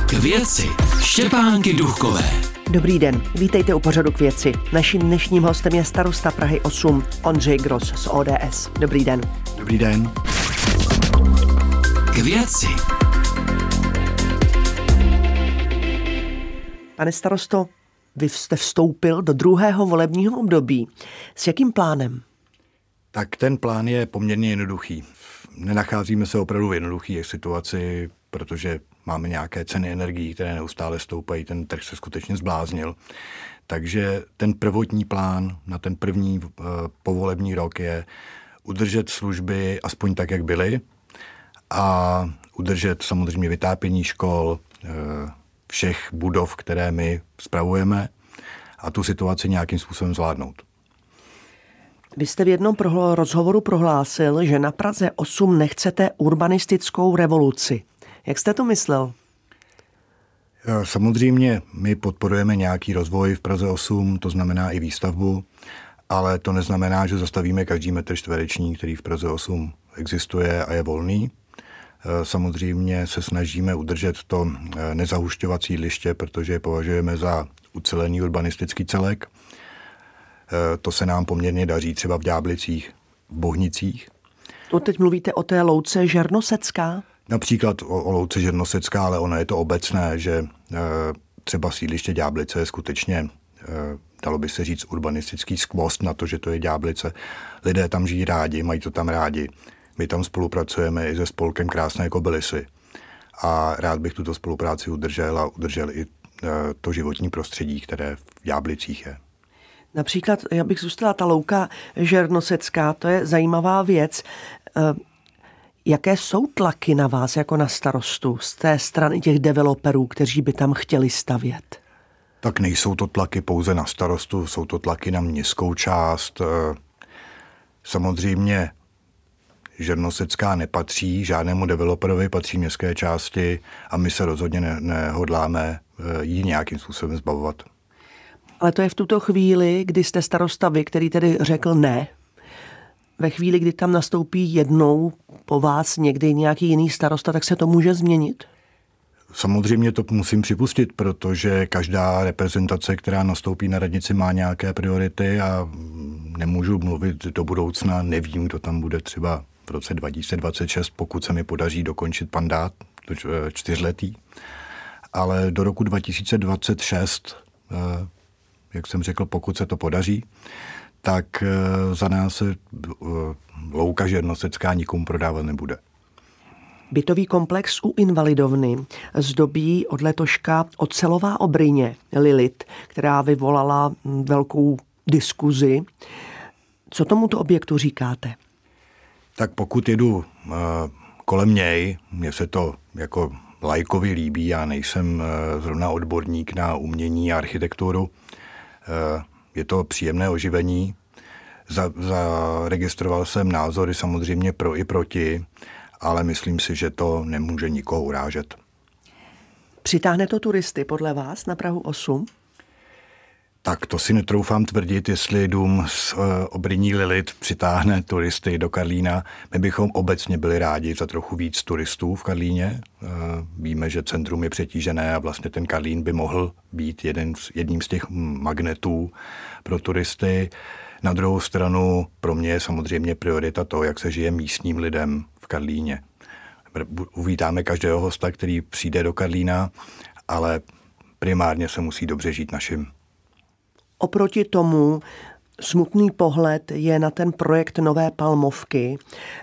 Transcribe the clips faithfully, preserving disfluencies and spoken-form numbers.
K věci Štěpánky Duchkové. Dobrý den, vítejte u pořadu K věci. Naším dnešním hostem je starosta Prahy osm Ondřej Gros z O D S. Dobrý den. Dobrý den. K věci. Pane starosto, vy jste vstoupil do druhého volebního období. S jakým plánem? Tak ten plán je poměrně jednoduchý. Nenacházíme se opravdu v jednoduché situaci, protože máme nějaké ceny energií, které neustále stoupají, ten trh se skutečně zbláznil. Takže ten prvotní plán na ten první uh, povolební rok je udržet služby aspoň tak, jak byly, a udržet samozřejmě vytápění škol, uh, všech budov, které my spravujeme, a tu situaci nějakým způsobem zvládnout. Vy jste v jednom prohlo- rozhovoru prohlásil, že na Praze osm nechcete urbanistickou revoluci. Jak jste to myslel? Samozřejmě my podporujeme nějaký rozvoj v Praze osm, to znamená i výstavbu, ale to neznamená, že zastavíme každý metr čtvereční, který v Praze osm existuje a je volný. Samozřejmě se snažíme udržet to nezahušťovat sídliště, protože je považujeme za ucelený urbanistický celek. To se nám poměrně daří třeba v Ďáblicích, v Bohnicích. To teď mluvíte o té louce Žernosecká? Například o, o louce Žernosecká, ale ono je to obecné, že e, třeba sídliště Ďáblice je skutečně, e, dalo by se říct, urbanistický skvost na to, že to je Ďáblice. Lidé tam žijí rádi, mají to tam rádi. My tam spolupracujeme i se spolkem Krásné Kobylisy. A rád bych tuto spolupráci udržel a udržel i e, to životní prostředí, které v Ďáblicích je. Například, já bych zůstala ta louka Žernosecká, to je zajímavá věc. E, Jaké jsou tlaky na vás jako na starostu z té strany těch developerů, kteří by tam chtěli stavět? Tak nejsou to tlaky pouze na starostu, jsou to tlaky na městskou část. Samozřejmě Žernosecká nepatří žádnému developerovi, patří městské části a my se rozhodně ne- nehodláme ji nějakým způsobem zbavovat. Ale to je v tuto chvíli, kdy jste starosta vy, který tedy řekl ne. Ve chvíli, kdy tam nastoupí jednou po vás někdy nějaký jiný starosta, tak se to může změnit? Samozřejmě to musím připustit, protože každá reprezentace, která nastoupí na radnici, má nějaké priority a nemůžu mluvit do budoucna, nevím, kdo tam bude třeba v roce dva tisíce dvacet šest, pokud se mi podaří dokončit mandát čtyřletý. Ale do roku dva tisíce dvacet šest, jak jsem řekl, pokud se to podaří, tak za nás se louka Žernosecká nikomu prodávat nebude. Bytový komplex u Invalidovny zdobí od letoška ocelová obryně Lilith, která vyvolala velkou diskuzi. Co tomuto objektu říkáte? Tak pokud jedu uh, kolem něj, mně se to jako laikovi líbí, já nejsem uh, zrovna odborník na umění a architekturu. Uh, je to příjemné oživení. Za, zaregistroval jsem názory samozřejmě pro i proti, ale myslím si, že to nemůže nikoho urážet. Přitáhne to turisty podle vás na Prahu osm? Tak to si netroufám tvrdit, jestli dům s uh, obryní Lilith přitáhne turisty do Karlína. My bychom obecně byli rádi za trochu víc turistů v Karlíně. Uh, víme, že centrum je přetížené a vlastně ten Karlín by mohl být jeden z, jedním z těch magnetů pro turisty. Na druhou stranu pro mě je samozřejmě priorita to, jak se žije místním lidem v Karlíně. Uvítáme každého hosta, který přijde do Karlína, ale primárně se musí dobře žít našim. Oproti tomu smutný pohled je na ten projekt Nové Palmovky.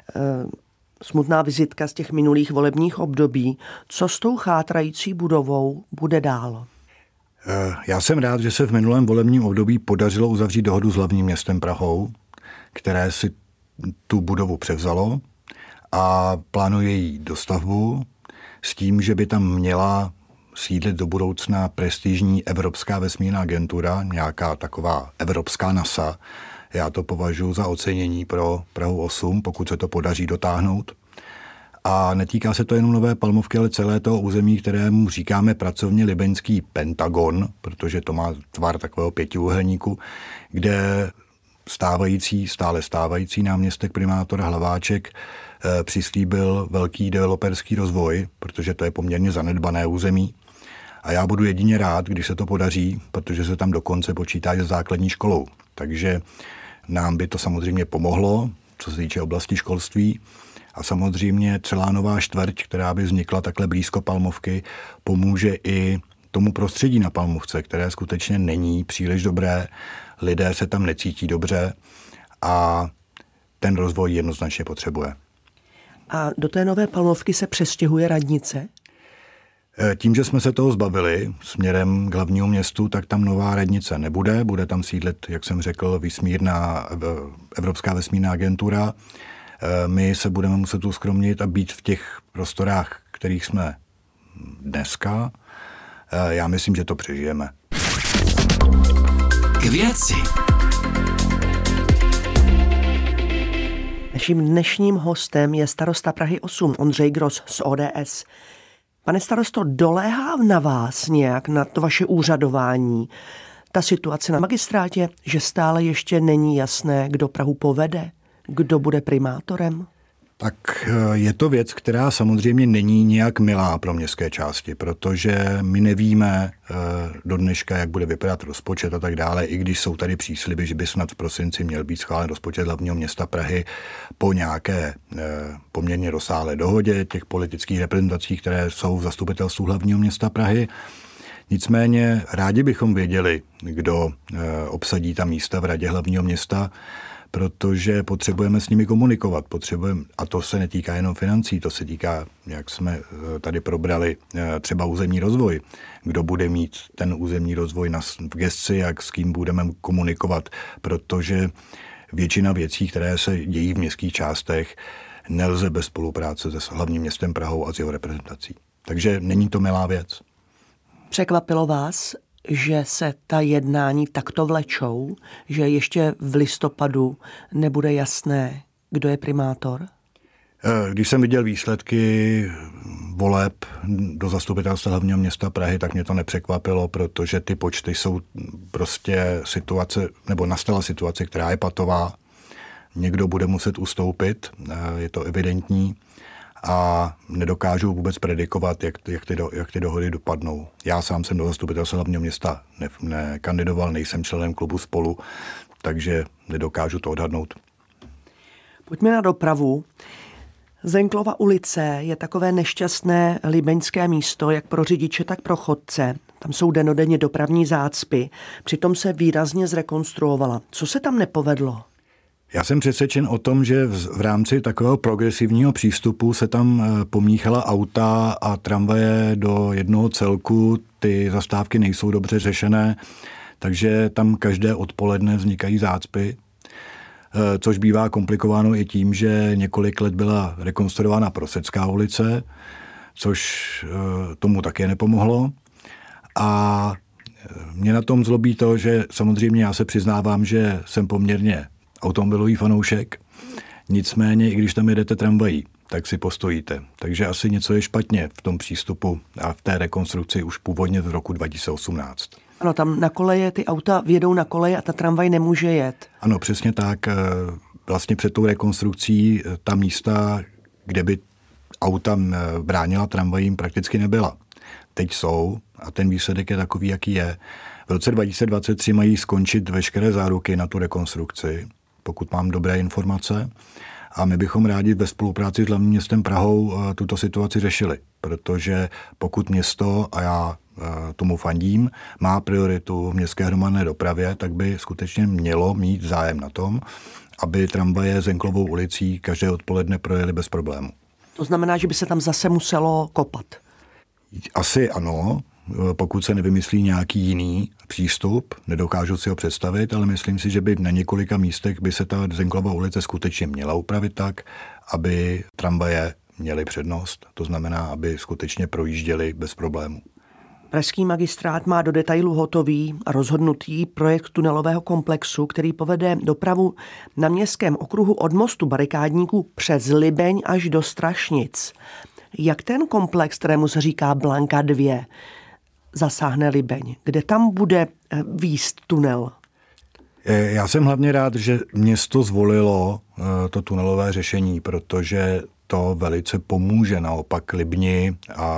Smutná vizitka z těch minulých volebních období. Co s tou chátrající budovou bude dál? Já jsem rád, že se v minulém volebním období podařilo uzavřít dohodu s hlavním městem Prahou, které si tu budovu převzalo a plánuje její dostavbu s tím, že by tam měla sídlit do budoucna prestižní Evropská vesmírná agentura, nějaká taková evropská NASA. Já to považuji za ocenění pro Prahu osm, pokud se to podaří dotáhnout. A netýká se to jenom Nové Palmovky, ale celé toho území, kterému říkáme pracovně libeňský Pentagon, protože to má tvar takového pětiúhelníku, kde stávající, stále stávající náměstek primátor Hlaváček eh, přislíbil velký developerský rozvoj, protože to je poměrně zanedbané území. A já budu jedině rád, když se to podaří, protože se tam dokonce počítá se základní školou. Takže nám by to samozřejmě pomohlo, co se týče oblasti školství. A samozřejmě celá nová čtvrť, která by vznikla takhle blízko Palmovky, pomůže i tomu prostředí na Palmovce, které skutečně není příliš dobré. Lidé se tam necítí dobře a ten rozvoj jednoznačně potřebuje. A do té nové Palmovky se přestěhuje radnice? Tím, že jsme se toho zbavili směrem k hlavnímu městu, tak tam nová radnice nebude. Bude tam sídlit, jak jsem řekl, vesmírná, Evropská vesmírná agentura. My se budeme muset uskromnit a být v těch prostorách, kterých jsme dneska. Já myslím, že to přežijeme. K věci. Naším dnešním hostem je starosta Prahy osm Ondřej Gros z O D S. Pane starosto, doléhá na vás nějak na to vaše úřadování ta situace na magistrátě, že stále ještě není jasné, kdo Prahu povede, kdo bude primátorem? Tak je to věc, která samozřejmě není nějak milá pro městské části, protože my nevíme do dneška, jak bude vypadat rozpočet a tak dále, i když jsou tady přísliby, že by snad v prosinci měl být schválen rozpočet hlavního města Prahy po nějaké poměrně rozsáhlé dohodě těch politických reprezentací, které jsou v zastupitelstvu hlavního města Prahy. Nicméně rádi bychom věděli, kdo obsadí ta místa v radě hlavního města, protože potřebujeme s nimi komunikovat. Potřebujeme, a to se netýká jenom financí, to se týká, jak jsme tady probrali, třeba územní rozvoj. Kdo bude mít ten územní rozvoj na, v gesci, jak s kým budeme komunikovat, protože většina věcí, které se dějí v městských částech, nelze bez spolupráce se hlavním městem Prahou a s jeho reprezentací. Takže není to milá věc. Překvapilo vás, že se ta jednání takto vlečou, že ještě v listopadu nebude jasné, kdo je primátor? Když jsem viděl výsledky voleb do zastupitelstva hlavního města Prahy, tak mě to nepřekvapilo, protože ty počty jsou prostě situace, nebo nastala situace, která je patová. Někdo bude muset ustoupit, je to evidentní. A nedokážu vůbec predikovat, jak, jak, ty, do, jak ty dohody dopadnou. Já sám jsem do zastupitelstva hlavního města ne, nekandidoval, nejsem členem klubu Spolu, takže nedokážu to odhadnout. Pojďme na dopravu. Zenklova ulice je takové nešťastné libeňské místo, jak pro řidiče, tak pro chodce. Tam jsou dennodenně dopravní zácpy, přitom se výrazně zrekonstruovala. Co se tam nepovedlo? Já jsem přesvědčen o tom, že v rámci takového progresivního přístupu se tam pomíchala auta a tramvaje do jednoho celku. Ty zastávky nejsou dobře řešené, takže tam každé odpoledne vznikají zácpy, což bývá komplikováno i tím, že několik let byla rekonstruována Prosecká ulice, což tomu také nepomohlo. A mě na tom zlobí to, že samozřejmě já se přiznávám, že jsem poměrně automobilový fanoušek, nicméně, i když tam jedete tramvají, tak si postojíte. Takže asi něco je špatně v tom přístupu a v té rekonstrukci už původně z roku dva tisíce osmnáct. Ano, tam na koleje ty auta vjedou na koleje a ta tramvaj nemůže jet. Ano, přesně tak. Vlastně před tou rekonstrukcí ta místa, kde by auta bránila tramvajím, prakticky nebyla. Teď jsou a ten výsledek je takový, jaký je. V roce dva tisíce dvacet tři mají skončit veškeré záruky na tu rekonstrukci, pokud mám dobré informace. A my bychom rádi ve spolupráci s hlavním městem Prahou tuto situaci řešili, protože pokud město, a já tomu fandím, má prioritu v městské hromadné dopravě, tak by skutečně mělo mít zájem na tom, aby tramvaje Zenklovou ulicí každé odpoledne projeli bez problému. To znamená, že by se tam zase muselo kopat? Asi ano, pokud se nevymyslí nějaký jiný přístup, nedokážu si ho představit, ale myslím si, že by na několika místech by se ta Zenklova ulice skutečně měla upravit tak, aby tramvaje měly přednost, to znamená, aby skutečně projížděly bez problémů. Pražský magistrát má do detailu hotový a rozhodnutý projekt tunelového komplexu, který povede dopravu na městském okruhu od mostu Barikádníků přes Libeň až do Strašnic. Jak ten komplex, kterému se říká Blanka dva, zasáhne Libeň? Kde tam bude výst tunel? Já jsem hlavně rád, že město zvolilo to tunelové řešení, protože to velice pomůže naopak Libni a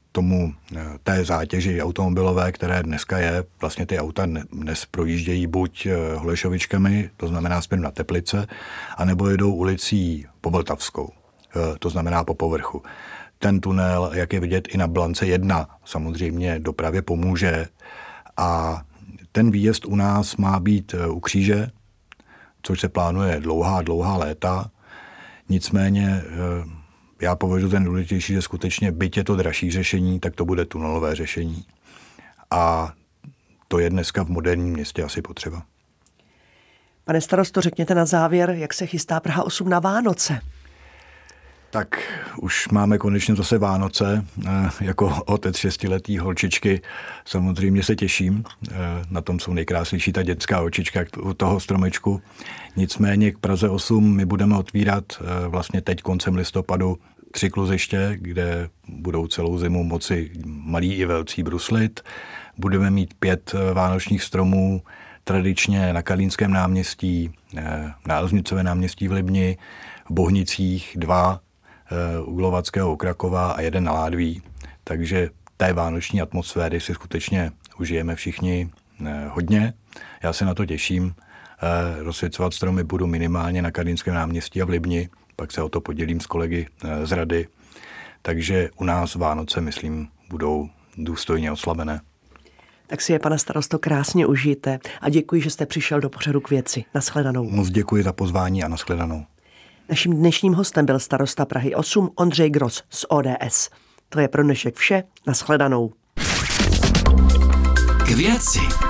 tomu té zátěži automobilové, které dneska je, vlastně ty auta dnes projíždějí buď Holešovičkami, to znamená směrem na Teplice, anebo jedou ulicí po Vltavskou, to znamená po povrchu. Ten tunel, jak je vidět i na Blance jedna, samozřejmě dopravě pomůže a ten výjezd u nás má být u kříže, což se plánuje dlouhá, dlouhá léta. Nicméně já považuji ten důležitější, že skutečně byť je to dražší řešení, tak to bude tunelové řešení. A to je dneska v moderním městě asi potřeba. Pane starosto, řekněte na závěr, jak se chystá Praha osm na Vánoce. Tak už máme konečně zase Vánoce. Jako otec šestiletý holčičky samozřejmě se těším. Na tom jsou nejkrásnější ta dětská očička u toho stromečku. Nicméně k Praze osm my budeme otvírat vlastně teď koncem listopadu tři kluziště, kde budou celou zimu moci malí i velcí bruslit. Budeme mít pět vánočních stromů, tradičně na Karlínském náměstí, na Elznicově náměstí v Libni, v Bohnicích dva, u Glovackého u Krakova a jeden na Ládví. Takže té vánoční atmosféry si skutečně užijeme všichni hodně. Já se na to těším. Rozsvěcovat stromy budu minimálně na Karlínském náměstí a v Libni, pak se o to podělím s kolegy z rady. Takže u nás Vánoce, myslím, budou důstojně oslavené. Tak si je, pane starosto, krásně užijte a děkuji, že jste přišel do pořadu K věci. Naschledanou. Moc děkuji za pozvání a naschledanou. Naším dnešním hostem byl starosta Prahy osm Ondřej Gros z O D S. To je pro dnešek vše. Naschledanou. K věci.